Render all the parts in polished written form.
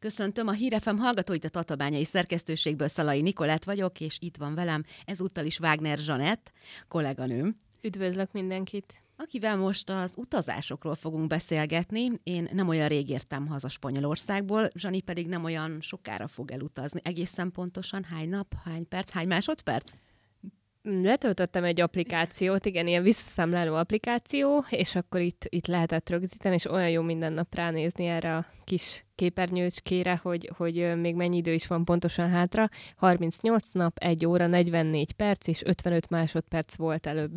Köszöntöm a Hír FM hallgatóit, a Tatabányai szerkesztőségből Szalai Nikolett vagyok, és itt van velem ezúttal is Wagner Zsanett, kolléganőm. Üdvözlök mindenkit! Akivel most az utazásokról fogunk beszélgetni. Én nem olyan rég értem haza Spanyolországból, Zsani pedig nem olyan sokára fog elutazni. Egészen pontosan hány nap, hány perc, hány másodperc? Letöltöttem egy applikációt, igen, ilyen visszaszámláló applikáció, és akkor itt lehetett rögzíteni, és olyan jó minden nap ránézni erre a kis képernyőcskére, hogy még mennyi idő is van pontosan hátra. 38 nap, 1 óra, 44 perc, és 55 másodperc volt előbb.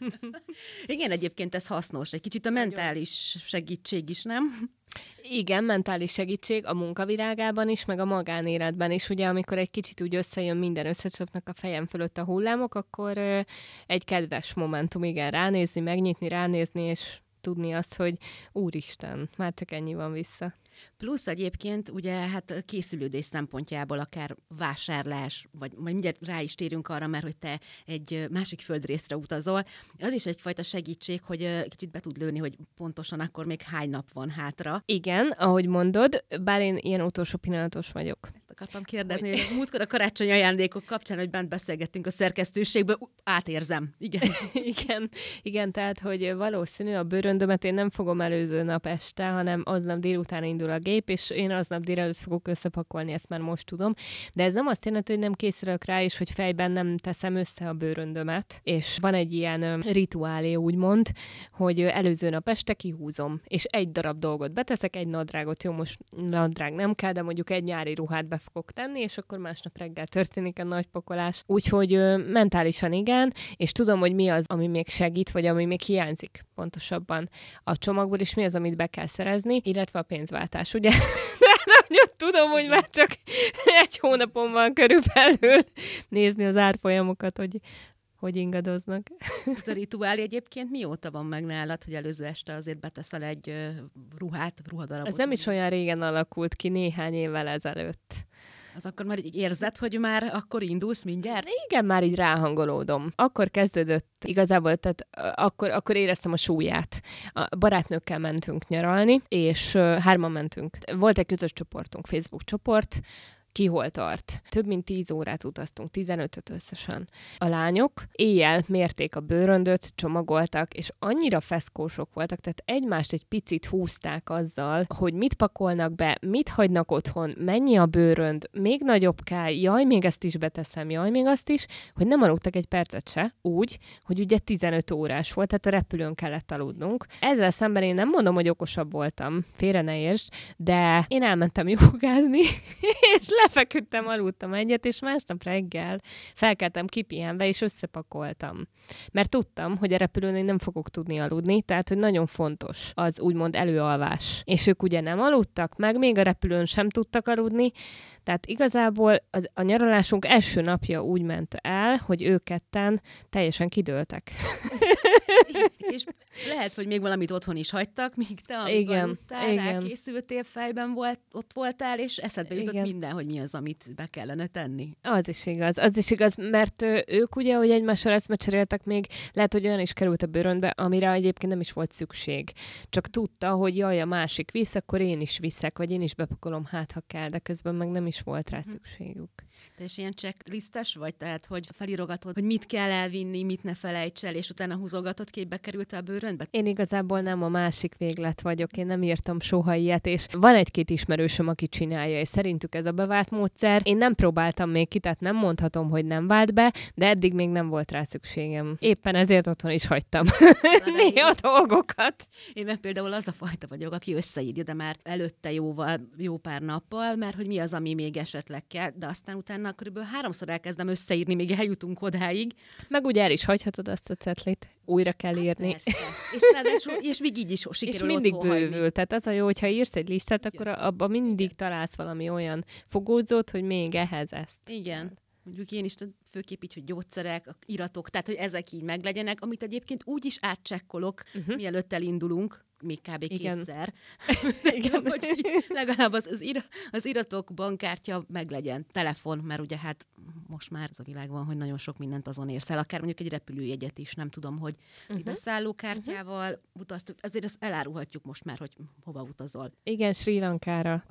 Igen, egyébként ez hasznos. Egy kicsit a mentális segítség is, nem? Igen, mentális segítség a munkavilágában is, meg a magánéletben is. Ugye, amikor egy kicsit úgy összejön minden, összecsapnak a fejem fölött a hullámok, akkor egy kedves momentum, igen, ránézni, megnyitni, ránézni, és tudni azt, hogy úristen, már csak ennyi van vissza. Plusz egyébként ugye hát készülődés szempontjából akár vásárlás, vagy majd mindjárt rá is térünk arra, mert hogy te egy másik földrészre utazol, az is egyfajta segítség, hogy kicsit be tud lőni, hogy pontosan akkor még hány nap van hátra. Igen, ahogy mondod, bár én ilyen utolsó pillanatos vagyok. Ezt akartam kérdezni, hogy múltkor a karácsonyi ajándékok kapcsán, hogy bent beszélgettünk a szerkesztőségből, átérzem. Igen. Igen, tehát, hogy valószínű a bőröndömet én nem fogom előző nap este, hanem aznap délután indul a gép, és én aznap délelőtt fogok összepakolni, ezt már most tudom. De ez nem azt jelenti, hogy nem készülök rá, és hogy fejben nem teszem össze a bőröndömet. És van egy ilyen rituálé, úgymond, hogy előző nap este kihúzom, és egy darab dolgot beteszek, egy nadrágot, jó, most nadrág nem kell, de mondjuk egy nyári ruhát be fogok tenni, és akkor másnap reggel történik a nagy pakolás. Úgyhogy mentálisan igen, és tudom, hogy mi az, ami még segít, vagy ami még hiányzik pontosabban a csomagból, és mi az, amit be kell szerezni, illetve a pénzváltás, ugye? De nagyon tudom, hogy már csak 1 hónapon van körülbelül nézni az árfolyamokat, hogy ingadoznak. Ez a rituálé egyébként mióta van meg nálad, hogy előző este azért beteszel egy ruhadarabot? Ez nem is olyan régen alakult ki, néhány évvel ezelőtt. Az akkor már így érzed, hogy már akkor indulsz mindjárt? Igen, már így ráhangolódom. Akkor kezdődött igazából, tehát akkor éreztem a súlyát. A barátnőkkel mentünk nyaralni, és 3-an mentünk. Volt egy közös csoportunk, Facebook csoport, ki hol tart. Több mint 10 órát utaztunk, 15-öt összesen. A lányok éjjel mérték a bőröndöt, csomagoltak, és annyira feszkósok voltak, tehát egymást egy picit húzták azzal, hogy mit pakolnak be, mit hagynak otthon, mennyi a bőrönd, még nagyobb kell, jaj, még ezt is beteszem, jaj, még azt is, hogy nem aludtak egy percet se, úgy, hogy ugye 15 órás volt, tehát a repülőn kellett aludnunk. Ezzel szemben én nem mondom, hogy okosabb voltam, félre ne értsd, de én elmentem jogázni, és lefeküdtem, aludtam egyet, és másnap reggel felkeltem kipihenve, és összepakoltam. Mert tudtam, hogy a repülőn én nem fogok tudni aludni, tehát, hogy nagyon fontos az úgymond előalvás. És ők ugye nem aludtak, meg még a repülőn sem tudtak aludni, tehát igazából a nyaralásunk első napja úgy ment el, hogy ők ketten teljesen kidőltek. És lehet, hogy még valamit otthon is hagytak, míg te, amikor aludtál, rákészültél, fejben ott voltál, és eszedbe jutott minden, hogy mi az, amit be kellene tenni. Az is igaz, mert ők ugye, hogy egymással eszmecseréltek még, lehet, hogy olyan is került a bőröndbe, amire egyébként nem is volt szükség. Csak tudta, hogy jaj, a másik visz, akkor én is viszek, vagy én is bepakolom, hát ha kell, de közben meg nem is volt rá szükségük. Te is ilyen checklistes vagy? Tehát, hogy felírogatod, hogy mit kell elvinni, mit ne felejts el, és utána húzogatod, képbe került a bőröndbe? Én igazából nem a másik véglet vagyok, én nem írtam soha ilyet, és van egy-két ismerősöm, aki csinálja, és szerintük ez a bevált módszer. Én nem próbáltam még ki, tehát nem mondhatom, hogy nem vált be, de eddig még nem volt rá szükségem. Éppen ezért otthon is hagytam néha dolgokat. Én meg például az a fajta vagyok, aki összeírja, de már előtte jó pár nappal, mert hogy mi az, ami még esetleg kell, de aztán utána körülbelül 3-szor elkezdem összeírni, még eljutunk odáig. Meg ugye el is hagyhatod azt a cetlit, újra kell írni. És még így is sikerül. És mindig bővül. Tehát az a jó, hogyha írsz egy listát, akkor abban mindig találsz valami olyan fogódzót, hogy még ehhez ezt. Igen. Mondjuk én is főképp így, hogy gyógyszerek, iratok, tehát hogy ezek így meglegyenek, amit egyébként úgy is átcsekkolok, mielőtt elindulunk, még kb. Kétszer. Igen. Hogy legalább az iratok, bankkártya meglegyen, telefon, mert ugye hát most már az a világban, hogy nagyon sok mindent azon érsz el, akár mondjuk egy repülőjegyet is, nem tudom, hogy beszállókártyával utaztuk, azért ezt elárulhatjuk most már, hogy hova utazol. Igen, Srí Lankára. Wow.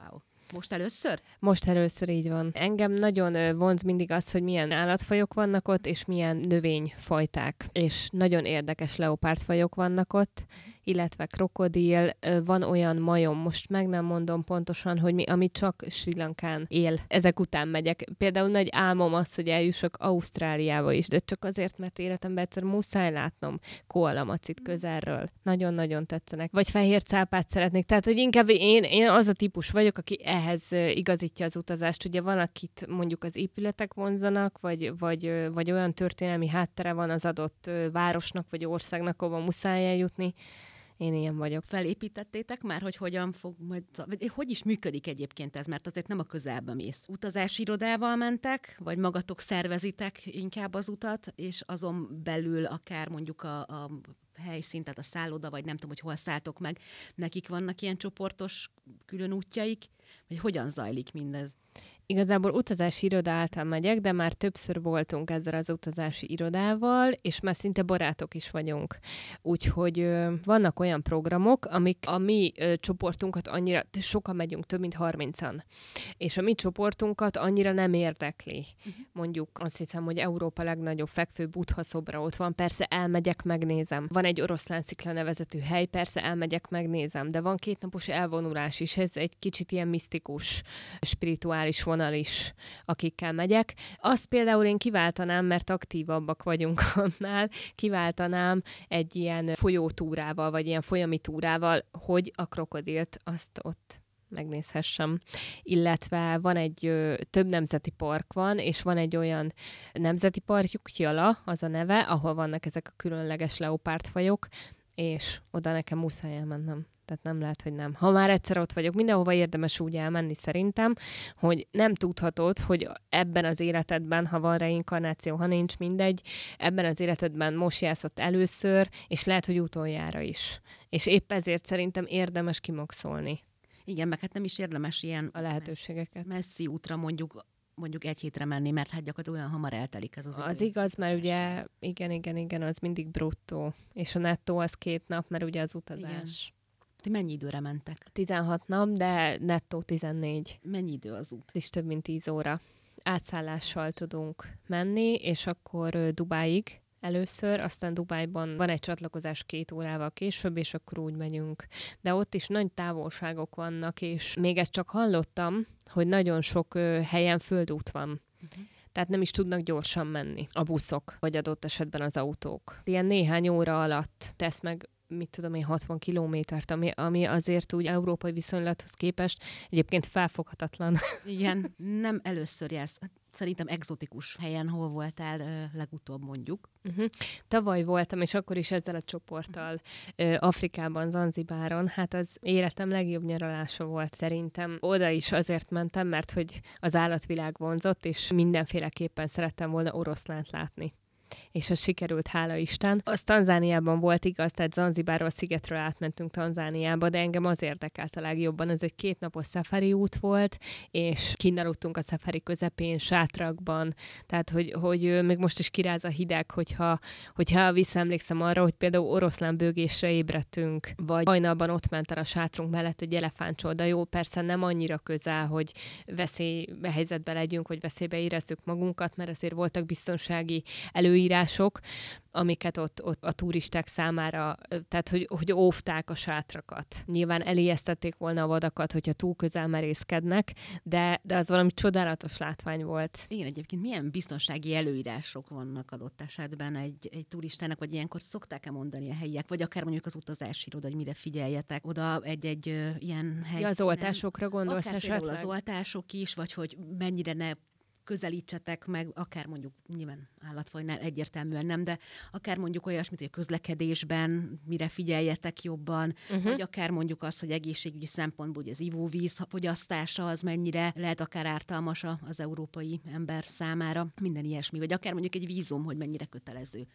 Most először? Most először, így van. Engem nagyon vonz mindig az, hogy milyen állatfajok vannak ott, és milyen növényfajták. És nagyon érdekes leopárdfajok vannak ott, illetve krokodil, van olyan majom, most meg nem mondom pontosan, hogy ami csak Sri Lankán él. Ezek után megyek. Például nagy álmom az, hogy eljussak Ausztráliába is, de csak azért, mert életemben egyszer muszáj látnom koalamacit közelről. Nagyon-nagyon tetszenek. Vagy fehér cápát szeretnék. Tehát, hogy inkább én az a típus vagyok, aki ehhez igazítja az utazást. Ugye van, akit mondjuk az épületek vonzanak, vagy olyan történelmi háttere van az adott városnak, vagy országnak, ahova muszáj eljutni. Én ilyen vagyok. Felépítettétek már, hogy hogyan fog majd, vagy hogy is működik egyébként ez, mert azért nem a közelbe mész. Utazási irodával mentek, vagy magatok szervezitek inkább az utat, és azon belül akár mondjuk a helyszín, tehát a szálloda, vagy nem tudom, hogy hol szálltok meg, nekik vannak ilyen csoportos külön útjaik, vagy hogyan zajlik mindez? Igazából utazási iroda által megyek, de már többször voltunk ezzel az utazási irodával, és már szinte barátok is vagyunk. Úgyhogy vannak olyan programok, amik a mi csoportunkat annyira, sokan megyünk, több mint 30-an, és a mi csoportunkat annyira nem érdekli. Mondjuk azt hiszem, hogy Európa legnagyobb fekvő Buddha szobra ott van, persze elmegyek, megnézem. Van egy oroszlánszikla nevezetű hely, persze elmegyek, megnézem, de van 2 napos elvonulás is, ez egy kicsit ilyen misztikus, spirituális vonal is, akikkel megyek. Azt például én kiváltanám, mert aktívabbak vagyunk annál, kiváltanám egy ilyen folyótúrával, vagy ilyen folyami túrával, hogy a krokodilt azt ott megnézhessem. Illetve van több nemzeti park van, és van egy olyan nemzeti park, Jutjala, az a neve, ahol vannak ezek a különleges leopárdfajok, és oda nekem muszáj elmennem. Tehát nem lehet, hogy nem. Ha már egyszer ott vagyok, mindenhova érdemes úgy elmenni szerintem, hogy nem tudhatod, hogy ebben az életedben, ha van reinkarnáció, ha nincs, mindegy, ebben az életedben most jársz ott először, és lehet, hogy utoljára is. És épp ezért szerintem érdemes kimaxolni. Igen, meg hát nem is érdemes ilyen a lehetőségeket. Messzi útra mondjuk 1 hétre menni, mert hát gyakorlatilag olyan hamar eltelik ez az idő. Az igaz, mert ugye igen, az mindig bruttó. És a nettó az 2 nap, mert ugye az utazás. Igen. Ti mennyi időre mentek? 16 nap, de nettó 14. Mennyi idő az út? Ez is több mint 10 óra. Átszállással tudunk menni, és akkor Dubáig először, aztán Dubájban van egy csatlakozás 2 órával később, és akkor úgy megyünk. De ott is nagy távolságok vannak, és még ezt csak hallottam, hogy nagyon sok helyen földút van. Tehát nem is tudnak gyorsan menni a buszok, vagy adott esetben az autók. Ilyen néhány óra alatt tesz meg, mit tudom én, 60 kilométert, ami azért úgy európai viszonylathoz képest egyébként felfoghatatlan. Igen, nem először jársz. Szerintem egzotikus helyen, hol voltál legutóbb mondjuk. Tavaly voltam, és akkor is ezzel a csoporttal Afrikában, Zanzibáron. Hát az életem legjobb nyaralása volt szerintem. Oda is azért mentem, mert hogy az állatvilág vonzott, és mindenféleképpen szerettem volna oroszlánt látni. És az sikerült, hála Isten. Az Tanzániában volt, igaz, tehát Zanzibárról szigetről átmentünk Tanzániába, de engem az érdekelt a legjobban. Ez egy 2 napos szafari út volt, és kinn aludtunk a szafari közepén, sátrakban, tehát hogy még most is kiráz a hideg, hogyha visszaemlékszem arra, hogy például oroszlán bőgésre ébredtünk, vagy hajnalban ott ment el a sátrunk mellett egy elefántcsolda. Jó, persze nem annyira közel, hogy veszélyhelyzetbe legyünk, vagy veszélybe érezzük magunkat, mert azért voltak biztonsági előírások, amiket ott a turisták számára, tehát hogy óvták a sátrakat. Nyilván elijesztették volna a vadakat, hogyha túl közel merészkednek, de az valami csodálatos látvány volt. Igen, egyébként milyen biztonsági előírások vannak adott esetben egy turistának, vagy ilyenkor szokták-e mondani a helyiek, vagy akár mondjuk az utazási iroda, hogy mire figyeljetek oda egy ilyen helyszínen. Ja, az oltásokra gondolsz akár esetleg? Az oltások is, vagy hogy mennyire ne közelítsetek meg, akár mondjuk nyilván állatfajnál egyértelműen nem, de akár mondjuk olyasmit, hogy a közlekedésben mire figyeljetek jobban, vagy akár mondjuk az, hogy egészségügyi szempontból hogy az ivóvíz fogyasztása az mennyire lehet akár ártalmas az európai ember számára, minden ilyesmi, vagy akár mondjuk egy vízum, hogy mennyire kötelező.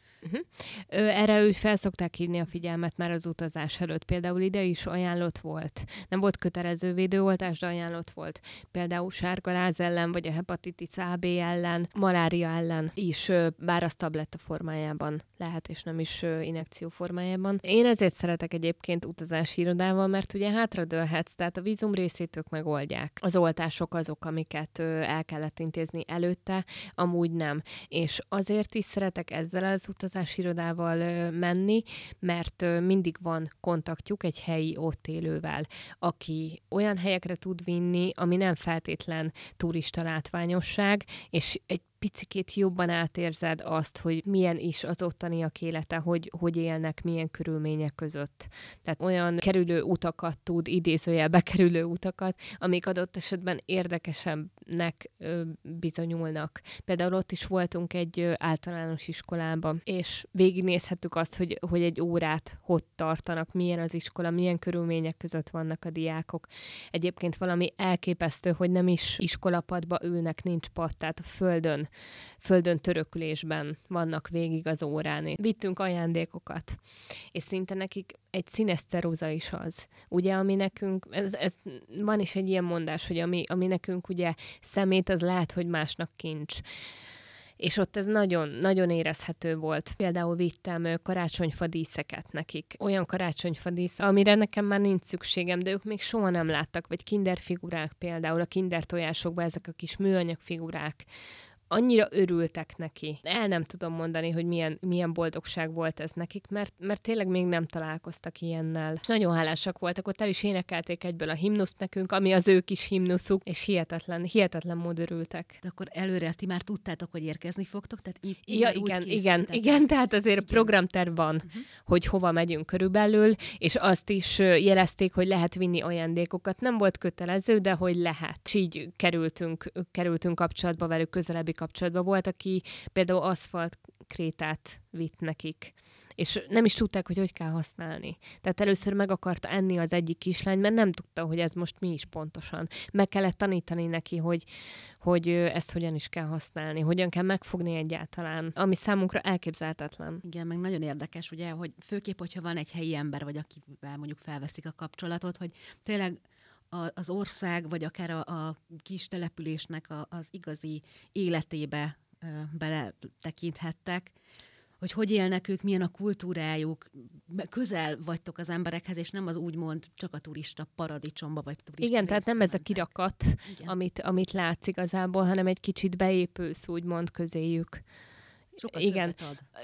Erre ő fel szokták hívni a figyelmet már az utazás előtt. Például ide is ajánlott volt. Nem volt kötelező védőoltás, de ajánlott volt. Például sárgaláz ellen, vagy a hepatitis AB ellen, malária ellen is, bár az tabletta formájában lehet, és nem is injekció formájában. Én ezért szeretek egyébként utazási irodával, mert ugye hátradőlhetsz, tehát a vízum részét ők megoldják. Az oltások azok, amiket el kellett intézni előtte, amúgy nem. És azért is szeretek ezzel az utazási irodával menni, mert mindig van kontaktjuk egy helyi ott élővel, aki olyan helyekre tud vinni, ami nem feltétlen turista látványosság, és egy picikét jobban átérzed azt, hogy milyen is az ottaniak élete, hogy élnek, milyen körülmények között. Tehát olyan kerülő utakat tud, idézőjelbe kerülő utakat, amik adott esetben érdekesebbnek bizonyulnak. Például ott is voltunk egy általános iskolában, és végignézhettük azt, hogy egy órát hogy tartanak, milyen az iskola, milyen körülmények között vannak a diákok. Egyébként valami elképesztő, hogy nem is iskolapadba ülnek, nincs pad, tehát a földön törökülésben vannak végig az órán. Vittünk ajándékokat, és szinte nekik egy színes ceruza is az. Ugye, ami nekünk, ez van is egy ilyen mondás, hogy ami nekünk ugye szemét, az lehet, hogy másnak kincs. És ott ez nagyon, nagyon érezhető volt. Például vittem karácsonyfa díszeket nekik. Olyan karácsonyfa dísz, amire nekem már nincs szükségem, de ők még soha nem láttak, vagy kinderfigurák például, a kinder tojásokban ezek a kis műanyag figurák. Annyira örültek neki. El nem tudom mondani, hogy milyen boldogság volt ez nekik, mert tényleg még nem találkoztak ilyennel. És nagyon hálásak voltak, ott el is énekelték egyből a himnuszt nekünk, ami az ő kis himnuszuk, és hihetetlen mód örültek. De akkor előre ti már tudtátok, hogy érkezni fogtok? Tehát igen, tehát azért programterv van, hogy hova megyünk körülbelül, és azt is jelezték, hogy lehet vinni ajándékokat. Nem volt kötelező, de hogy lehet. És így kerültünk kapcsolatba velük, közelebbi kapcsolatban. Volt, aki például aszfaltkrétát vitt nekik, és nem is tudták, hogy kell használni. Tehát először meg akarta enni az egyik kislány, mert nem tudta, hogy ez most mi is pontosan. Meg kellett tanítani neki, hogy ezt hogyan is kell használni, hogyan kell megfogni egyáltalán, ami számunkra elképzelhetetlen. Igen, meg nagyon érdekes, ugye, hogy főképp, hogyha van egy helyi ember, vagy akivel mondjuk felveszik a kapcsolatot, hogy tényleg az ország, vagy akár a kis településnek az igazi életébe beletekinthettek, hogy élnek ők, milyen a kultúrájuk, közel vagytok az emberekhez, és nem az úgymond csak a turista paradicsomba, vagy turista. Igen, tehát nem ez a kirakat, amit látsz igazából, hanem egy kicsit beépülsz úgymond közéjük. Sokat igen,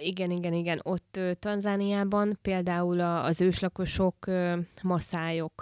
igen. Ott Tanzániában például az őslakosok maszájok.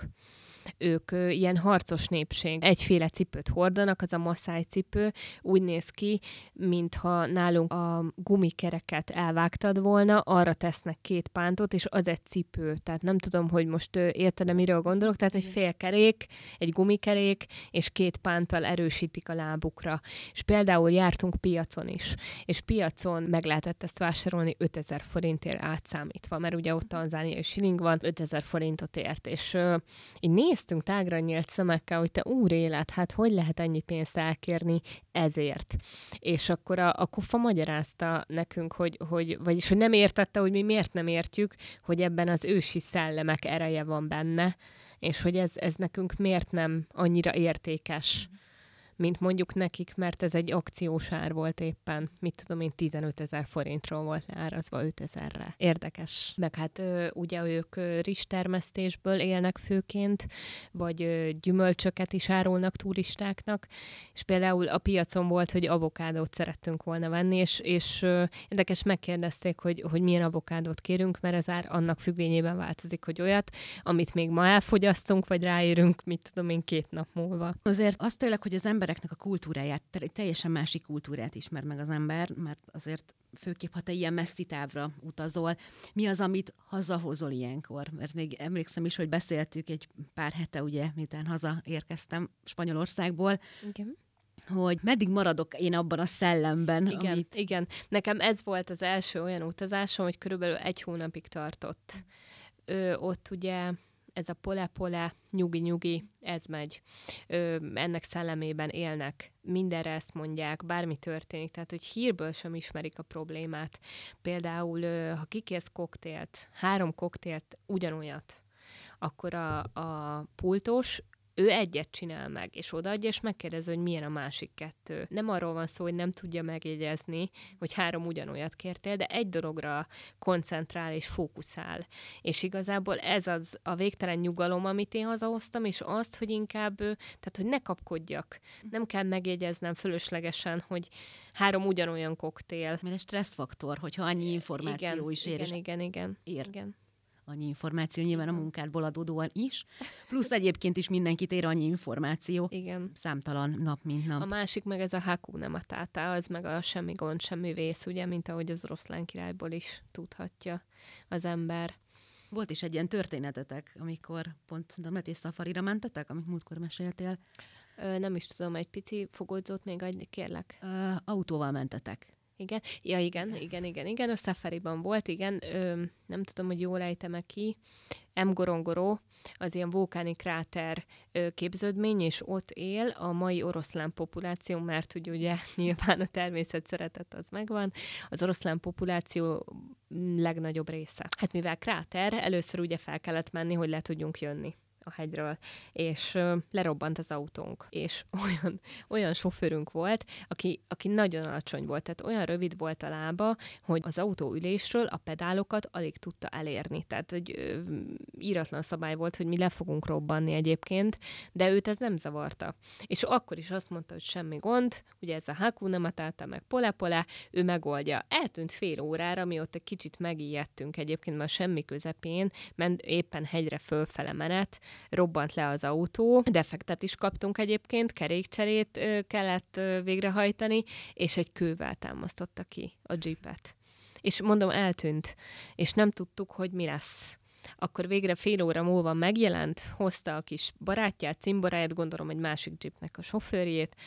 Ők ilyen harcos népség. Egyféle cipőt hordanak, az a maszáj cipő. Úgy néz ki, mintha nálunk a gumikereket elvágtad volna, arra tesznek 2 pántot, és az egy cipő. Tehát nem tudom, hogy most érted, miről gondolok. Tehát egy félkerék, egy gumikerék, és 2 pánttal erősítik a lábukra. És például jártunk piacon is. És piacon meg lehetett ezt vásárolni 5000 forintért átszámítva, mert ugye ott tanzániai shilling van, 5000 forintot ért. És így néztünk tágra nyílt szemekkel, hogy te úrélet, hát hogy lehet ennyi pénzt elkérni ezért? És akkor a Kofa magyarázta nekünk, vagyis hogy nem értette, hogy mi miért nem értjük, hogy ebben az ősi szellemek ereje van benne, és hogy ez nekünk miért nem annyira értékes, mint mondjuk nekik, mert ez egy akciós ár volt éppen. Mit tudom én, 15 000 forintról volt leárazva 5000-re. Érdekes. Meg hát ugye ők rizstermesztésből élnek főként, vagy gyümölcsöket is árulnak turistáknak, és például a piacon volt, hogy avokádót szerettünk volna venni, és érdekes, megkérdezték, hogy milyen avokádót kérünk, mert az ár annak függvényében változik, hogy olyat, amit még ma elfogyasztunk, vagy ráérünk, mit tudom én, 2 nap múlva. Azért azt tényleg, hogy az embereknek a kultúráját, teljesen másik kultúrát ismer meg az ember, mert azért főképp, ha te ilyen messzi távra utazol, mi az, amit hazahozol ilyenkor? Mert még emlékszem is, hogy beszéltük egy pár hete, ugye, miután hazaérkeztem Spanyolországból, igen, hogy meddig maradok én abban a szellemben. Igen. Nekem ez volt az első olyan utazásom, hogy körülbelül 1 hónapig tartott. Ott ugye ez a pole-pole, nyugi-nyugi, ez megy. Ennek szellemében élnek. Mindenre ezt mondják, bármi történik. Tehát, hogy hírből sem ismerik a problémát. Például, ha kikérsz koktélt, 3 koktélt ugyanolyat, akkor a pultos ő egyet csinál meg, és odaadja, és megkérdezi, hogy milyen a másik kettő. Nem arról van szó, hogy nem tudja megjegyezni, hogy 3 ugyanolyat kértél, de egy dologra koncentrál és fókuszál. És igazából ez az a végtelen nyugalom, amit én hazahoztam, és azt, hogy inkább, tehát hogy ne kapkodjak. Nem kell megjegyeznem fölöslegesen, hogy 3 ugyanolyan koktél. Mert egy stresszfaktor, hogyha annyi információ is ér. Igen. Annyi információ nyilván a munkádból adódóan is, plusz egyébként is mindenkit ér annyi információ. Igen. Számtalan nap, mint nap. A másik meg ez a Hakuna Matata, az meg a semmi gond, semmi vész, ugye, mint ahogy az Oroszlán királyból is tudhatja az ember. Volt is egy ilyen történetetek, amikor pont a Metés Szafarira mentetek, amit múltkor meséltél. Nem is tudom, egy pici fogódzót még adni, kérlek. Autóval mentetek. Igen. Ja, igen. A Safariban volt, igen. Nem tudom, hogy jól ejtem-e ki. Mgorongoro, az ilyen vulkáni kráter képződmény, és ott él a mai oroszlán populáció, mert ugye nyilván a természet szeretet az megvan. Az oroszlán populáció legnagyobb része. Hát mivel kráter, először ugye fel kellett menni, hogy le tudjunk jönni a hegyről, és lerobbant az autónk, és olyan sofőrünk volt, aki nagyon alacsony volt, tehát olyan rövid volt a lába, hogy az autóülésről a pedálokat alig tudta elérni, tehát hogy íratlan szabály volt, hogy mi le fogunk robbanni egyébként, de őt ez nem zavarta. És akkor is azt mondta, hogy semmi gond, ugye ez a Hakuna Matata, meg Pole, ő megoldja. Eltűnt fél órára, mi ott egy kicsit megijedtünk egyébként, mert semmi közepén, ment éppen hegyre fölfele menet, robbant le az autó, defektet is kaptunk egyébként, kerékcserét kellett végrehajtani, és egy kővel támasztotta ki a jeepet. És mondom, eltűnt, és nem tudtuk, hogy mi lesz. Akkor végre fél óra múlva megjelent, hozta a kis barátját, cimboráját, gondolom egy másik jeepnek a sofőrjét,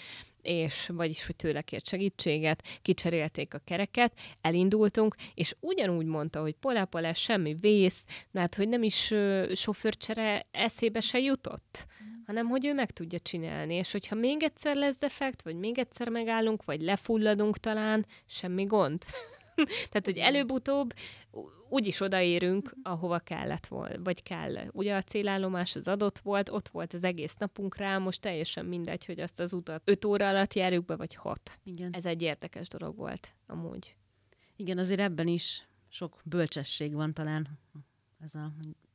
és vagyis, hogy tőle kért segítséget, kicserélték a kereket, elindultunk, és ugyanúgy mondta, hogy Pole, semmi vész, hát, hogy nem is sofőrcsere eszébe se jutott, hanem, hogy ő meg tudja csinálni, és hogyha még egyszer lesz defekt, vagy még egyszer megállunk, vagy lefulladunk talán, semmi gond. Tehát, hogy előbb-utóbb úgyis odaérünk, ahova kellett volna, vagy kell. Ugye a célállomás az adott volt, ott volt az egész napunk rá, most teljesen mindegy, hogy azt az utat 5 óra alatt járjuk be, vagy 6. Igen. Ez egy érdekes dolog volt, amúgy. Igen, azért ebben is sok bölcsesség van talán. Ez a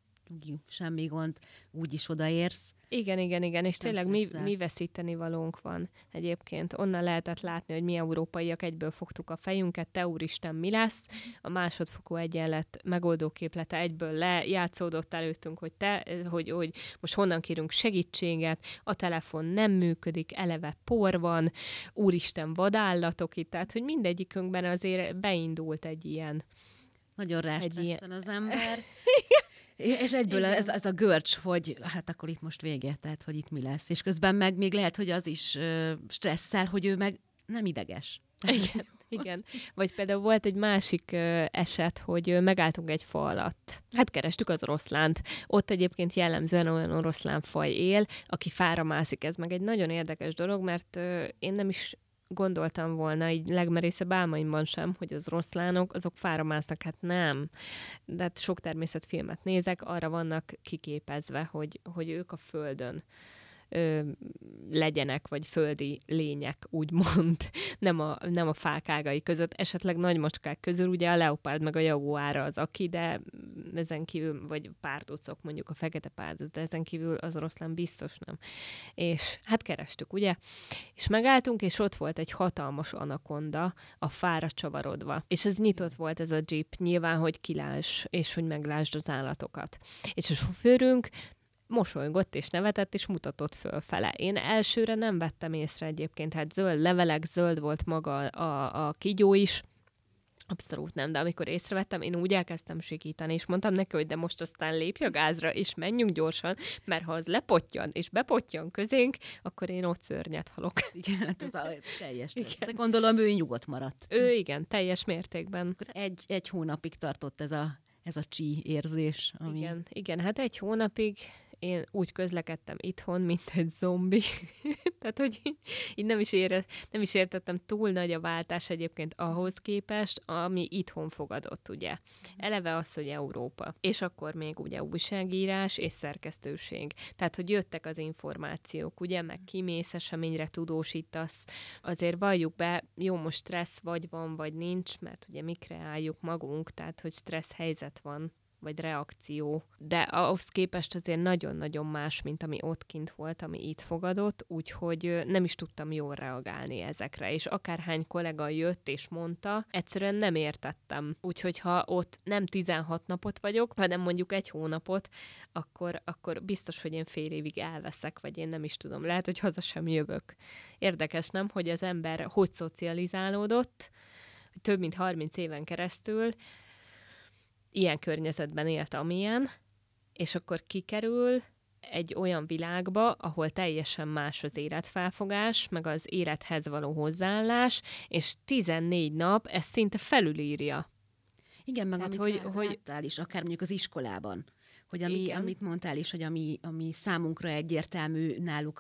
semmi gond, úgyis odaérsz. Igen, és tényleg mi veszíteni valónk van egyébként. Onnan lehetett látni, hogy mi európaiak egyből fogtuk a fejünket, te úristen, mi lesz? A másodfokú egyenlet megoldóképlete egyből lejátszódott előttünk, hogy most honnan kérünk segítséget, a telefon nem működik, eleve por van, úristen, vadállatok itt, tehát hogy mindegyikünkben azért beindult egy ilyen. Nagyon rástresszel az ember. És egyből ez a görcs, hogy hát akkor itt most vége, tehát hogy itt mi lesz. És közben meg még lehet, hogy az is stresszel, hogy ő meg nem ideges. Igen. Vagy például volt egy másik eset, hogy megálltunk egy fa alatt. Hát kerestük az oroszlánt. Ott egyébként jellemzően olyan oroszlánfaj él, aki fára mászik. Ez meg egy nagyon érdekes dolog, mert én nem is gondoltam volna, így legmerészebb álmaimban sem, hogy az oroszlánok, azok fára másznak, hát nem. De hát sok természetfilmet nézek, arra vannak kiképezve, hogy ők a földön legyenek, vagy földi lények, úgymond, nem a fák ágai között, esetleg nagy macskák közül, ugye a leopárd meg a jaguára az aki, de ezen kívül, vagy párducok, mondjuk a fekete párduc, de ezen kívül az oroszlán biztos nem. És hát kerestük, ugye? És megálltunk, és ott volt egy hatalmas anakonda a fára csavarodva. És ez nyitott volt ez a jeep, nyilván, hogy kilásd, és hogy meglásd az állatokat. És a sofőrünk mosolygott és nevetett, és mutatott fölfele. Én elsőre nem vettem észre egyébként, hát zöld levelek, zöld volt maga a kígyó is, abszolút nem, de amikor észrevettem, én úgy elkezdtem sikítani, és mondtam neki, hogy de most aztán lépj a gázra, és menjünk gyorsan, mert ha az lepottyan, és bepottyan közénk, akkor én ott szörnyet halok. Igen, hát az a teljes. De gondolom, ő nyugodt maradt. Ő igen, teljes mértékben. Egy hónapig tartott ez a csí érzés. Ami... Igen, hát egy hónapig, én úgy közlekedtem itthon, mint egy zombi. Tehát, hogy így nem is értettem, túl nagy a váltás egyébként ahhoz képest, ami itthon fogadott, ugye. Eleve az, hogy Európa. És akkor még ugye újságírás és szerkesztőség. Tehát, hogy jöttek az információk, ugye, meg kimész eseményre, tudósítasz. Azért valljuk be, jó, most stressz vagy van, vagy nincs, mert ugye mi kreáljuk magunk, tehát, hogy stressz helyzet van, vagy reakció, de ahhoz képest azért nagyon-nagyon más, mint ami ott kint volt, ami itt fogadott, úgyhogy nem is tudtam jól reagálni ezekre, és akárhány kollega jött és mondta, egyszerűen nem értettem. Úgyhogy ha ott nem 16 napot vagyok, hanem mondjuk 1 hónapot, akkor biztos, hogy én fél évig elveszek, vagy én nem is tudom. Lehet, hogy haza sem jövök. Érdekes, nem, hogy az ember hogy szocializálódott, hogy több mint 30 éven keresztül ilyen környezetben élt, amilyen, és akkor kikerül egy olyan világba, ahol teljesen más az életfelfogás, meg az élethez való hozzáállás, és 14 nap ezt szinte felülírja. Igen, meg tehát, amit láttál is, akár mondjuk az iskolában, hogy amit mondtál is, hogy ami számunkra egyértelmű, náluk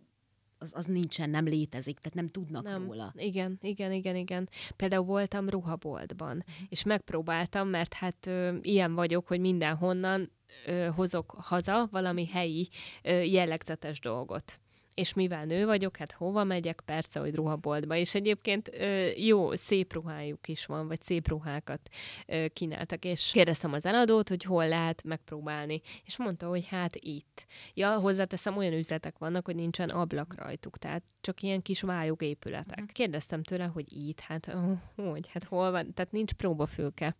az nincsen, nem létezik, tehát nem tudnak róla. Igen. Például voltam ruhaboltban, és megpróbáltam, mert hát ilyen vagyok, hogy mindenhonnan hozok haza valami helyi jellegzetes dolgot. És mivel nő vagyok, hát hova megyek? Persze, hogy ruhaboltba. És egyébként jó, szép ruhájuk is van, vagy szép ruhákat kínáltak. És kérdeztem az eladót, hogy hol lehet megpróbálni. És mondta, hogy hát itt. Ja, hozzáteszem, olyan üzletek vannak, hogy nincsen ablak rajtuk, tehát csak ilyen kis vályog épületek. Kérdeztem tőle, hogy itt, hát hogy, hát hol van, tehát nincs próbafülke.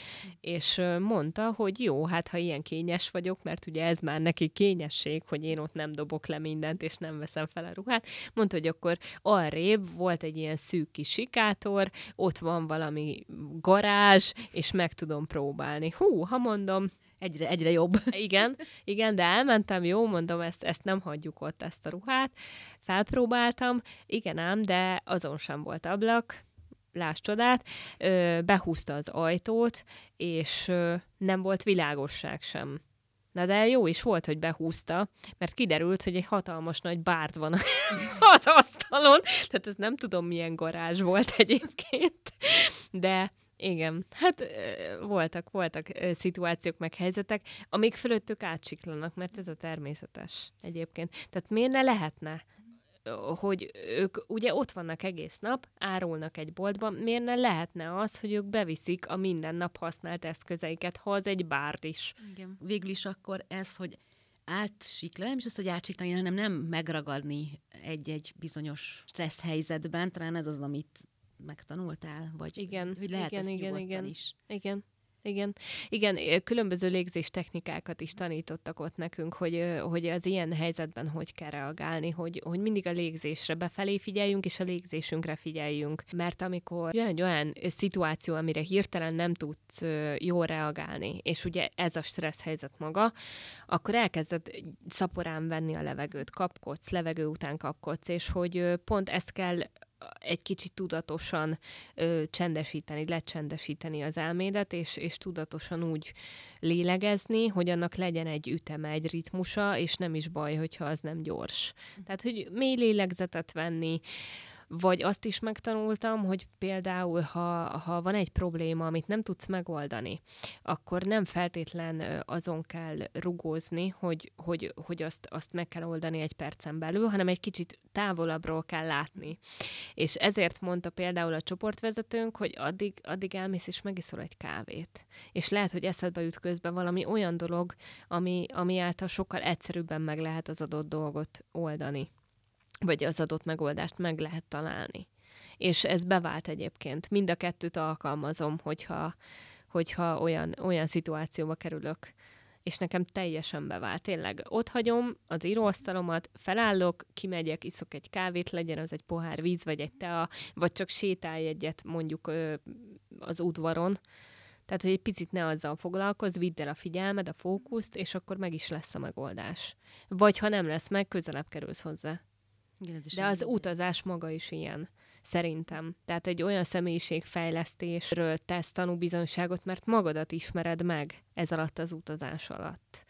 És mondta, hogy jó, hát ha ilyen kényes vagyok, mert ugye ez már neki kényesség, hogy én ott nem dobok le mindent, és nem veszem fel a ruhát. Mondta, hogy akkor arrébb volt egy ilyen szűk kis sikátor, ott van valami garázs, és meg tudom próbálni. Ha mondom, egyre jobb. Igen, de elmentem, jó, mondom, ezt nem hagyjuk ott, ezt a ruhát. Felpróbáltam, igen ám, de azon sem volt ablak, láss csodát, behúzta az ajtót, és nem volt világosság sem. Na de jó is volt, hogy behúzta, mert kiderült, hogy egy hatalmas nagy bárd van az asztalon, tehát ez nem tudom, milyen garázs volt egyébként, de igen, hát voltak szituációk, meg helyzetek, amik fölöttük átsiklanak, mert ez a természetes egyébként. Tehát miért ne lehetne, hogy ők ugye ott vannak egész nap, árulnak egy boltban, miért ne lehetne az, hogy ők beviszik a minden nap használt eszközeiket, ha az egy bárd is. Igen. Végül is akkor ez, hogy átsiklani, nem is az, hogy átsiklani, hanem nem megragadni egy bizonyos stressz helyzetben, talán ez az, amit megtanultál, vagy igen, hogy lehet ezt nyugodtan is. Igen, különböző légzés technikákat is tanítottak ott nekünk, hogy az ilyen helyzetben hogy kell reagálni, hogy mindig a légzésre befelé figyeljünk, és a légzésünkre figyeljünk. Mert amikor jön egy olyan szituáció, amire hirtelen nem tudsz jól reagálni, és ugye ez a stressz helyzet maga, akkor elkezded szaporán venni a levegőt, kapkodsz, levegő után kapkodsz, és hogy pont ezt kell egy kicsit tudatosan lecsendesíteni az elmédet, és tudatosan úgy lélegezni, hogy annak legyen egy üteme, egy ritmusa, és nem is baj, hogyha az nem gyors. Tehát, hogy mély lélegzetet venni, vagy azt is megtanultam, hogy például, ha van egy probléma, amit nem tudsz megoldani, akkor nem feltétlen azon kell rugózni, hogy azt meg kell oldani egy percen belül, hanem egy kicsit távolabbról kell látni. És ezért mondta például a csoportvezetőnk, hogy addig elmész és megiszol egy kávét. És lehet, hogy eszedbe jut közben valami olyan dolog, ami által sokkal egyszerűbben meg lehet az adott dolgot oldani, vagy az adott megoldást meg lehet találni. És ez bevált egyébként. Mind a kettőt alkalmazom, hogyha olyan szituációba kerülök. És nekem teljesen bevált. Tényleg ott hagyom az íróasztalomat, felállok, kimegyek, iszok egy kávét, legyen az egy pohár víz, vagy egy tea, vagy csak sétálj egyet mondjuk az udvaron. Tehát, hogy egy picit ne azzal foglalkozz, vidd el a figyelmed, a fókuszt, és akkor meg is lesz a megoldás. Vagy ha nem lesz meg, közelebb kerülsz hozzá. De az utazás maga is ilyen, szerintem. Tehát egy olyan személyiségfejlesztésről tesz tanúbizonyságot, mert magadat ismered meg ez alatt az utazás alatt.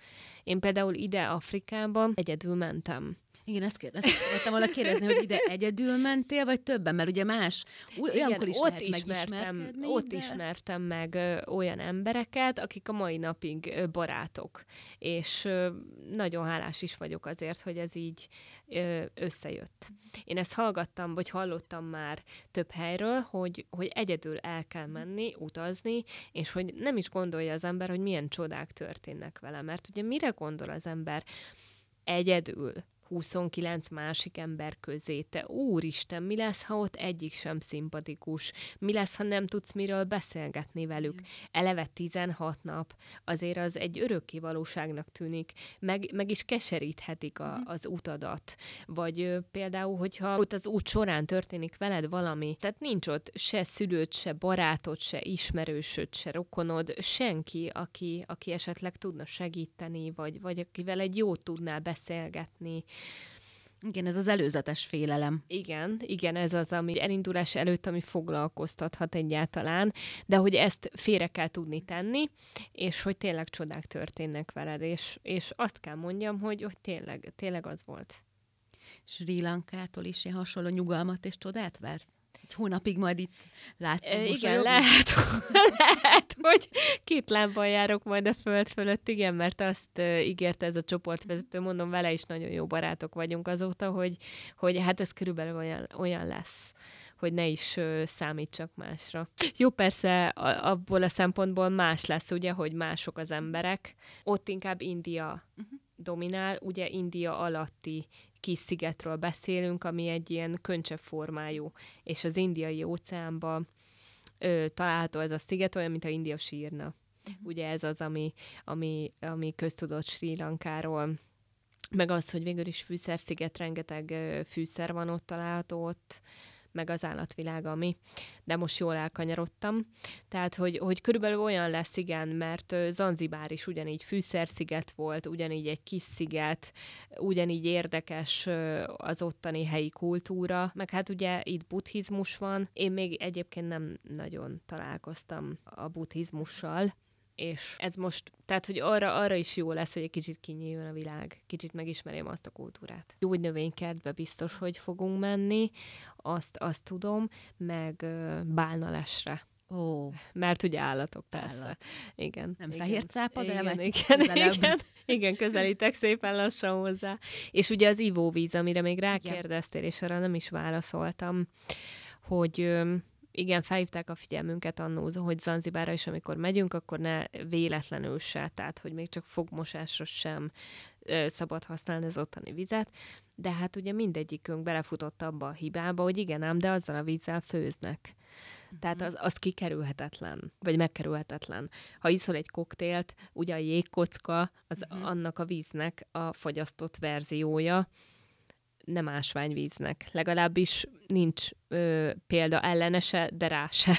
Én például ide Afrikában egyedül mentem. Igen, ezt szerettem volna kérdezni, hogy ide egyedül mentél, vagy többen, mert ugye más, olyankor is lehet megismerkedni. Ott ismertem meg olyan embereket, akik a mai napig barátok. És nagyon hálás is vagyok azért, hogy ez így összejött. Én ezt hallottam már több helyről, hogy egyedül el kell menni, utazni, és hogy nem is gondolja az ember, hogy milyen csodák történnek vele. Mert ugye mire gondol az ember egyedül? 29 másik ember közé. Te úristen, mi lesz, ha ott egyik sem szimpatikus? Mi lesz, ha nem tudsz miről beszélgetni velük? Eleve 16 nap, azért az egy örökké valóságnak tűnik, meg is keseríthetik az utadat. Vagy például, hogyha ott az út során történik veled valami, tehát nincs ott se szülőd, se barátod, se ismerősöd, se rokonod, senki, aki esetleg tudna segíteni, vagy akivel egy jót tudnál beszélgetni. Igen, ez az előzetes félelem. Igen, ez az, ami elindulás előtt, ami foglalkoztathat egyáltalán, de hogy ezt félre kell tudni tenni, és hogy tényleg csodák történnek veled, és azt kell mondjam, hogy tényleg az volt. Sri Lankától is ilyen hasonló nyugalmat és csodát vársz? Egy hónapig majd itt látom. Igen, lehet, hogy 2 lábbal járok majd a föld fölött, igen, mert azt ígérte ez a csoportvezető, mondom, vele is nagyon jó barátok vagyunk azóta, hogy hát ez körülbelül olyan lesz, hogy ne is számítsak másra. Jó, persze abból a szempontból más lesz, ugye, hogy mások az emberek. Ott inkább India dominál, ugye India alatti kis szigetről beszélünk, ami egy ilyen köncsev formájú, és az Indiai óceánban található ez a sziget, olyan, mint a India sírna. Ugye ez az, ami köztudott Sri Lankáról, meg az, hogy végül is fűszersziget, rengeteg fűszer van ott található ott, meg az állatvilág, de most jól elkanyarodtam. Tehát, hogy körülbelül olyan lesz, igen, mert Zanzibár is ugyanígy fűszersziget volt, ugyanígy egy kis sziget, ugyanígy érdekes az ottani helyi kultúra, meg hát ugye itt buddhizmus van. Én még egyébként nem nagyon találkoztam a buddhizmussal, és ez most, tehát, hogy arra is jó lesz, hogy egy kicsit kinyíljon a világ, kicsit megismerjem azt a kultúrát. Gyógynövénykertbe biztos, hogy fogunk menni, azt tudom, meg Bálnalesre. Mert ugye állatok, persze. Igen. Nem fehér cápa, de igen, közelítek szépen lassan hozzá. És ugye az ivóvíz, amire még rákérdeztél, és arra nem is válaszoltam, hogy igen, felhívták a figyelmünket annó, hogy Zanzibárra is, amikor megyünk, akkor ne véletlenül se, tehát, hogy még csak fogmosásra sem szabad használni az ottani vizet, de hát ugye mindegyikünk belefutott abba a hibába, hogy igen ám, de azzal a vízzel főznek. Tehát az kikerülhetetlen, vagy megkerülhetetlen. Ha iszol egy koktélt, ugye a jégkocka, az annak a víznek a fagyasztott verziója, nem ásványvíznek. Legalábbis nincs példa ellenese, de rá se.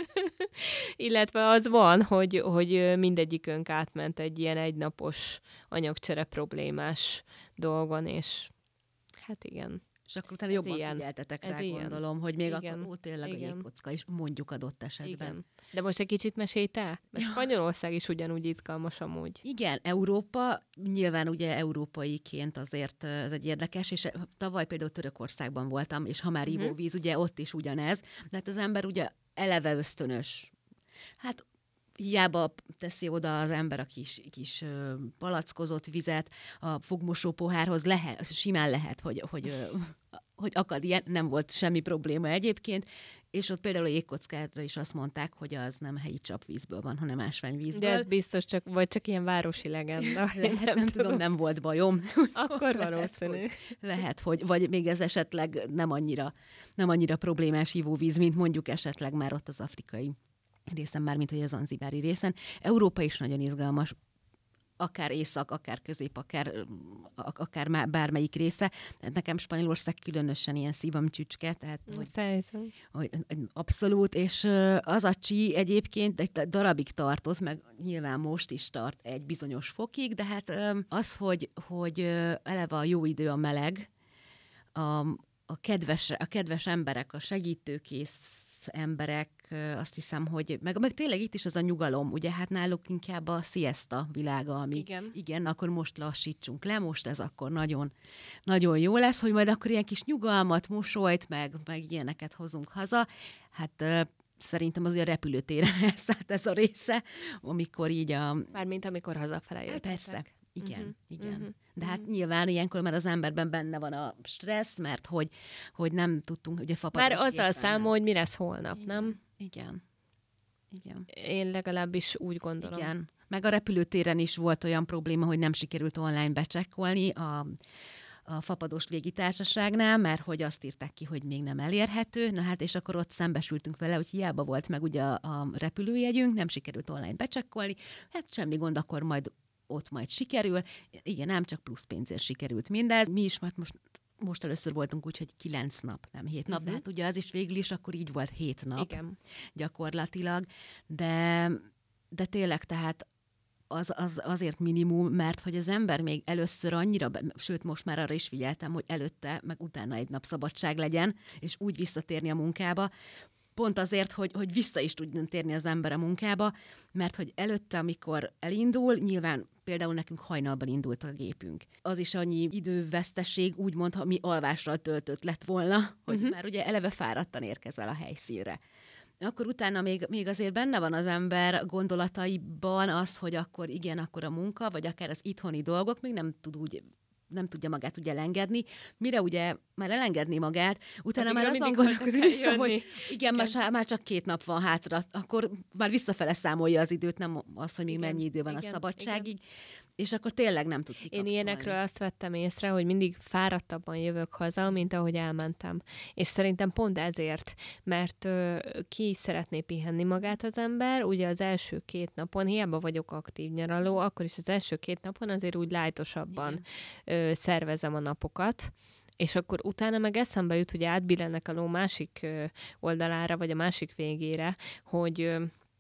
Illetve az van, hogy mindegyikünk átment egy ilyen egynapos anyagcsere problémás dolgon, és hát igen. És akkor utána jobban figyeltetek rá, gondolom, hogy még akkor tényleg a jégkocka is mondjuk adott esetben. Igen. De most egy kicsit mesélj te? Spanyolország is ugyanúgy izgalmas amúgy. Igen, Európa, nyilván ugye európaiként azért ez egy érdekes, és tavaly például Törökországban voltam, és ha már ivóvíz, ugye ott is ugyanez, de hát az ember ugye eleve ösztönös. Hát hiába teszi oda az ember a kis palackozott vizet, a fogmosó pohárhoz simán lehet, hogy akad ilyen, nem volt semmi probléma egyébként, és ott például a jégkockára is azt mondták, hogy az nem helyi csapvízből van, hanem ásványvízből. De ez biztos csak ilyen városi legenda. Nem tudom, nem volt bajom. Akkor valószínű. Lehet, hogy vagy még ez esetleg nem annyira problémás ivóvíz, mint mondjuk esetleg már ott az afrikai részen, már mint hogy az zanzibári részen. Európa is nagyon izgalmas, akár észak, akár közép, akár bármelyik része. Nekem Spanyolország különösen ilyen szívamcsücske, tehát hogy abszolút, és az a csí egyébként egy darabig tartott, meg nyilván most is tart egy bizonyos fokig, de hát az, hogy eleve a jó idő, a meleg, a kedves emberek, a segítőkész emberek, azt hiszem, hogy meg tényleg itt is az a nyugalom, ugye hát náluk inkább a siesta világa, ami igen, akkor most lassítsunk le, most ez akkor nagyon, nagyon jó lesz, hogy majd akkor ilyen kis nyugalmat, mosolyt, meg ilyeneket hozunk haza. Hát szerintem az a repülőtéren elszállt ez a része, amikor így Mármint amikor hazafele jöttetek. Persze. Igen. De hát nyilván ilyenkor már az emberben benne van a stressz, mert hogy nem tudtunk, ugye fapados. Már azzal számol, hogy mi lesz holnap, nem? Igen. Én legalábbis úgy gondolom. Igen. Meg a repülőtéren is volt olyan probléma, hogy nem sikerült online becsekkolni a fapados légitársaságnál, mert hogy azt írták ki, hogy még nem elérhető. Na hát, és akkor ott szembesültünk vele, hogy hiába volt meg ugye a repülőjegyünk, nem sikerült online becsekkolni. Hát semmi gond, akkor ott majd sikerül. Igen, nem csak plusz pénzért sikerült mindez. Mi is most először voltunk úgy, hogy 9 nap, nem 7 nap, de hát ugye az is végül is akkor így volt 7 nap. Igen. Gyakorlatilag. De tényleg tehát azért minimum, mert hogy az ember még először annyira, sőt most már arra is figyeltem, hogy előtte, meg utána egy nap szabadság legyen, és úgy visszatérni a munkába, pont azért, hogy vissza is tudjon térni az ember a munkába, mert hogy előtte, amikor elindul, nyilván például nekünk hajnalban indult a gépünk. Az is annyi időveszteség, úgymond, ha mi alvással töltött lett volna, hogy már ugye eleve fáradtan érkezel a helyszínre. Akkor utána még azért benne van az ember gondolataiban az, hogy akkor igen, akkor a munka, vagy akár az itthoni dolgok még nem tudja magát ugye elengedni, mire ugye már elengedni magát, utána már azon gondolkodik vissza, hogy igen, már csak 2 nap van hátra, akkor már visszafele számolja az időt, nem az, hogy még mennyi idő van a szabadságig, és akkor tényleg nem tud kikapcsolni. Én ilyenekről azt vettem észre, hogy mindig fáradtabban jövök haza, mint ahogy elmentem. És szerintem pont ezért, mert ki szeretné pihenni magát az ember, ugye az első 2 napon, hiába vagyok aktív nyaraló, akkor is az első 2 napon azért úgy lájtosabban szervezem a napokat, és akkor utána meg eszembe jut, hogy átbillennek a ló másik oldalára, vagy a másik végére, hogy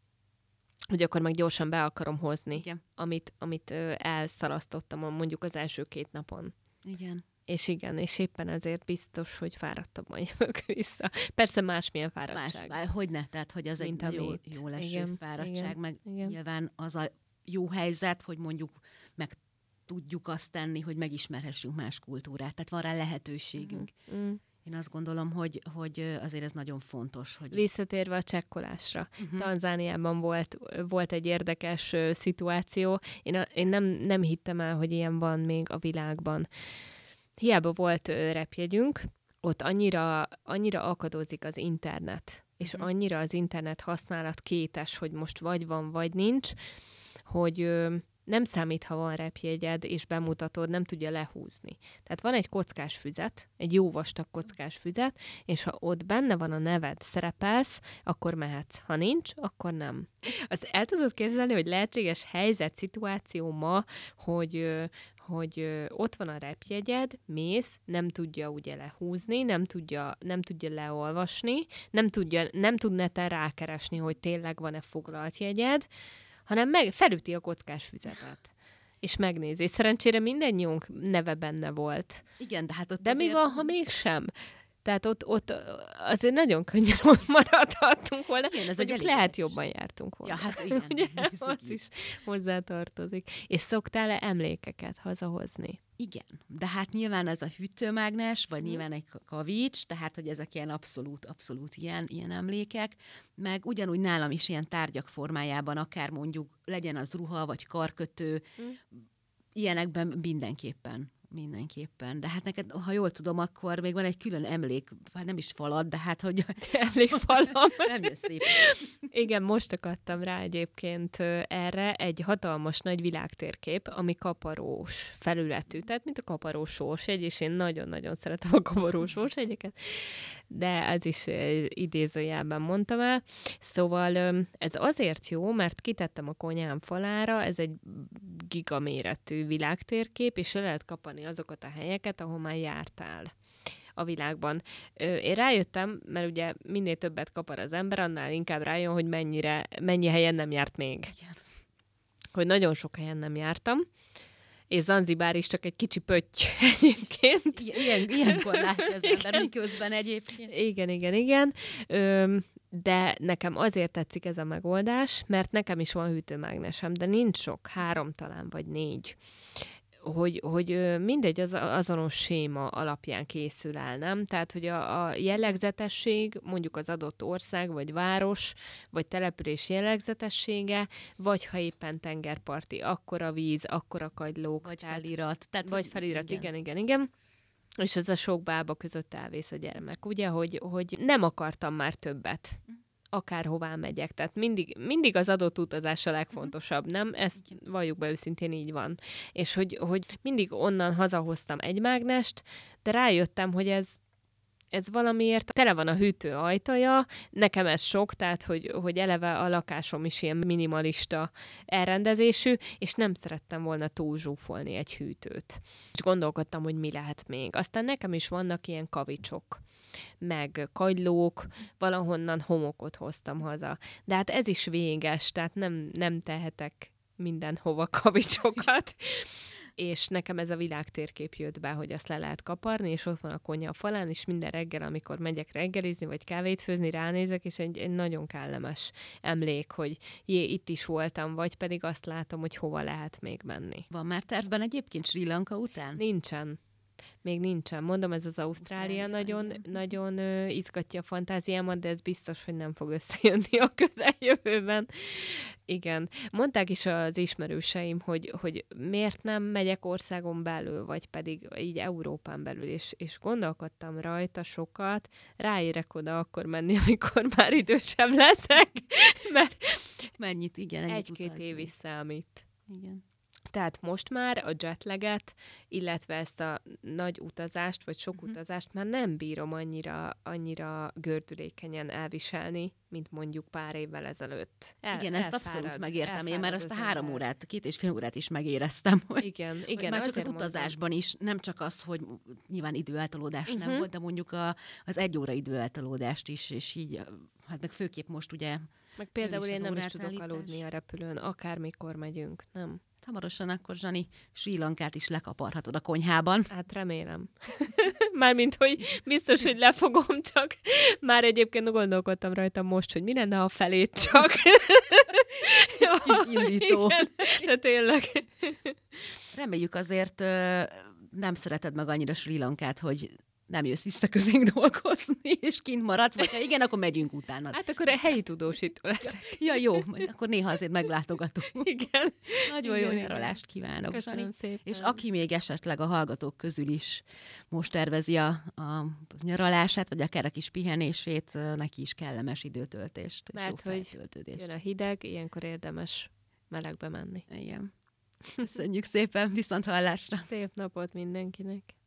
akkor meg gyorsan be akarom hozni, amit elszalasztottam mondjuk az első 2 napon. Igen. És éppen ezért biztos, hogy fáradtabban jövök vissza. Persze másmilyen fáradtság. Hogyne, tehát hogy az egy nagyon jó leső fáradtság, meg nyilván az a jó helyzet, hogy mondjuk meg tudjuk azt tenni, hogy megismerhessünk más kultúrát. Tehát van rá lehetőségünk. Én azt gondolom, hogy azért ez nagyon fontos. Hogy... Visszatérve a csekkolásra. Tanzániában volt egy érdekes szituáció. Én nem hittem el, hogy ilyen van még a világban. Hiába volt repjegyünk, ott annyira akadozik az internet, és annyira az internet használat kétes, hogy most vagy van, vagy nincs, hogy... nem számít, ha van repjegyed, és bemutatod, nem tudja lehúzni. Tehát van egy kockás füzet, egy jó vastag kockás füzet, és ha ott benne van a neved, szerepelsz, akkor mehetsz. Ha nincs, akkor nem. Az el tudod képzelni, hogy lehetséges helyzet, szituáció ma, hogy ott van a repjegyed, mész, nem tudja ugye lehúzni, nem tudja leolvasni, nem tud neten rákeresni, hogy tényleg van-e foglalt jegyed, hanem felüti a kockás füzetet. És megnézi. Szerencsére mindennyiunk neve benne volt. Igen, de hát ott mi van, ha mégsem? Tehát ott azért nagyon könnyen ott maradhattunk volna. Igen, ez mondjuk lehet jobban jártunk volna. Ja, hát igen. Ugye, az is hozzátartozik. És szoktál-e emlékeket hazahozni? Igen, de hát nyilván ez a hűtőmágnes, vagy nyilván egy kavics, tehát hogy ezek ilyen abszolút ilyen emlékek, meg ugyanúgy nálam is ilyen tárgyak formájában, akár mondjuk legyen az ruha, vagy karkötő, ilyenekben mindenképpen. De hát neked, ha jól tudom, akkor még van egy külön emlék, hát nem is falad, de hát, hogy emlékfalam. Nem jön szép. Igen, most akadtam rá egyébként erre egy hatalmas nagy világtérkép, ami kaparós felületű, tehát mint a kaparós sósjegy, és én nagyon-nagyon szeretem a kaparós sósjegyeket, de ez is idézőjelben mondtam el. Szóval ez azért jó, mert kitettem a konyhám falára, ez egy gigaméretű világtérkép, és le lehet kapani azokat a helyeket, ahol már jártál a világban. Én rájöttem, mert ugye minél többet kapar az ember, annál inkább rájön, hogy mennyi helyen nem járt még. Igen. Hogy nagyon sok helyen nem jártam, és Zanzibár is csak egy kicsi pötty egyébként. Ilyenkor látja az ember, miközben egyébként. Igen. de nekem azért tetszik ez a megoldás, mert nekem is van hűtőmágnesem, de nincs sok, 3 talán, vagy 4. Hogy mindegy azonos séma alapján készül el, nem? Tehát, hogy a jellegzetesség, mondjuk az adott ország, vagy város, vagy település jellegzetessége, vagy ha éppen tengerparti, akkora víz, akkora kagylók. Vagy felirat. Tehát, vagy felirat, igen. És ez a sok bába között elvész a gyermek. Ugye, hogy nem akartam már többet. Akárhová megyek. Tehát mindig az adott utazás a legfontosabb, nem? Ezt valljuk be őszintén, így van. És hogy mindig onnan hazahoztam egy mágnest, de rájöttem, hogy ez valamiért tele van a hűtő ajtaja, nekem ez sok, tehát hogy eleve a lakásom is ilyen minimalista elrendezésű, és nem szerettem volna túlzsúfolni egy hűtőt. És gondolkodtam, hogy mi lehet még. Aztán nekem is vannak ilyen kavicsok, meg kagylók, valahonnan homokot hoztam haza. De hát ez is véges, tehát nem tehetek mindenhova kavicsokat. És nekem ez a világtérkép jött be, hogy azt le lehet kaparni, és ott van a konyha a falán, és minden reggel, amikor megyek reggelizni, vagy kávét főzni, ránézek, és egy nagyon kellemes emlék, hogy itt is voltam, vagy pedig azt látom, hogy hova lehet még menni. Van már tervben egyébként Sri Lanka után? Nincsen. Még nincsen. Mondom, ez az Ausztrália nagyon izgatja a fantáziámat, de ez biztos, hogy nem fog összejönni a közeljövőben. Igen. Mondták is az ismerőseim, hogy miért nem megyek országon belül, vagy pedig így Európán belül, és gondolkodtam rajta sokat, ráérek oda akkor menni, amikor már idősebb leszek, mert mennyit, igen. 1-2 év is számít. Igen. Tehát most már a jetlaget, illetve ezt a nagy utazást, vagy sok utazást már nem bírom annyira gördülékenyen elviselni, mint mondjuk pár évvel ezelőtt. Igen, ezt abszolút megértem. Én már azt a 3 órát, 2,5 órát is megéreztem. Igen. Hogy már csak az utazásban is, nem csak az, hogy nyilván időeltolódás nem volt, de mondjuk az 1 óra időeltolódást is, és így, hát meg főképp most ugye... Meg például én nem is tudok aludni a repülőn, akármikor megyünk, nem? Hamarosan akkor, Zsani, Sri Lankát is lekaparhatod a konyhában. Hát remélem. Mármint, hogy biztos, hogy lefogom, csak már egyébként gondolkodtam rajta most, hogy mi lenne, ha felét csak. Kis indító. Igen, de tényleg. Reméljük azért nem szereted meg annyira Sri Lankát, hogy nem jössz vissza közénk dolgozni, és kint maradsz, vagy ha igen, akkor megyünk utána. Hát akkor a helyi tudósító leszek. Ja, jó, akkor néha azért meglátogatunk. Igen. Nagyon jó nyaralást kívánok. Köszönöm szépen. És aki még esetleg a hallgatók közül is most tervezi a nyaralását, vagy akár a kis pihenését, neki is kellemes időtöltést. Mert hogy jön a hideg, ilyenkor érdemes melegbe menni. Igen. Köszönjük szépen, viszonthallásra. Szép napot mindenkinek.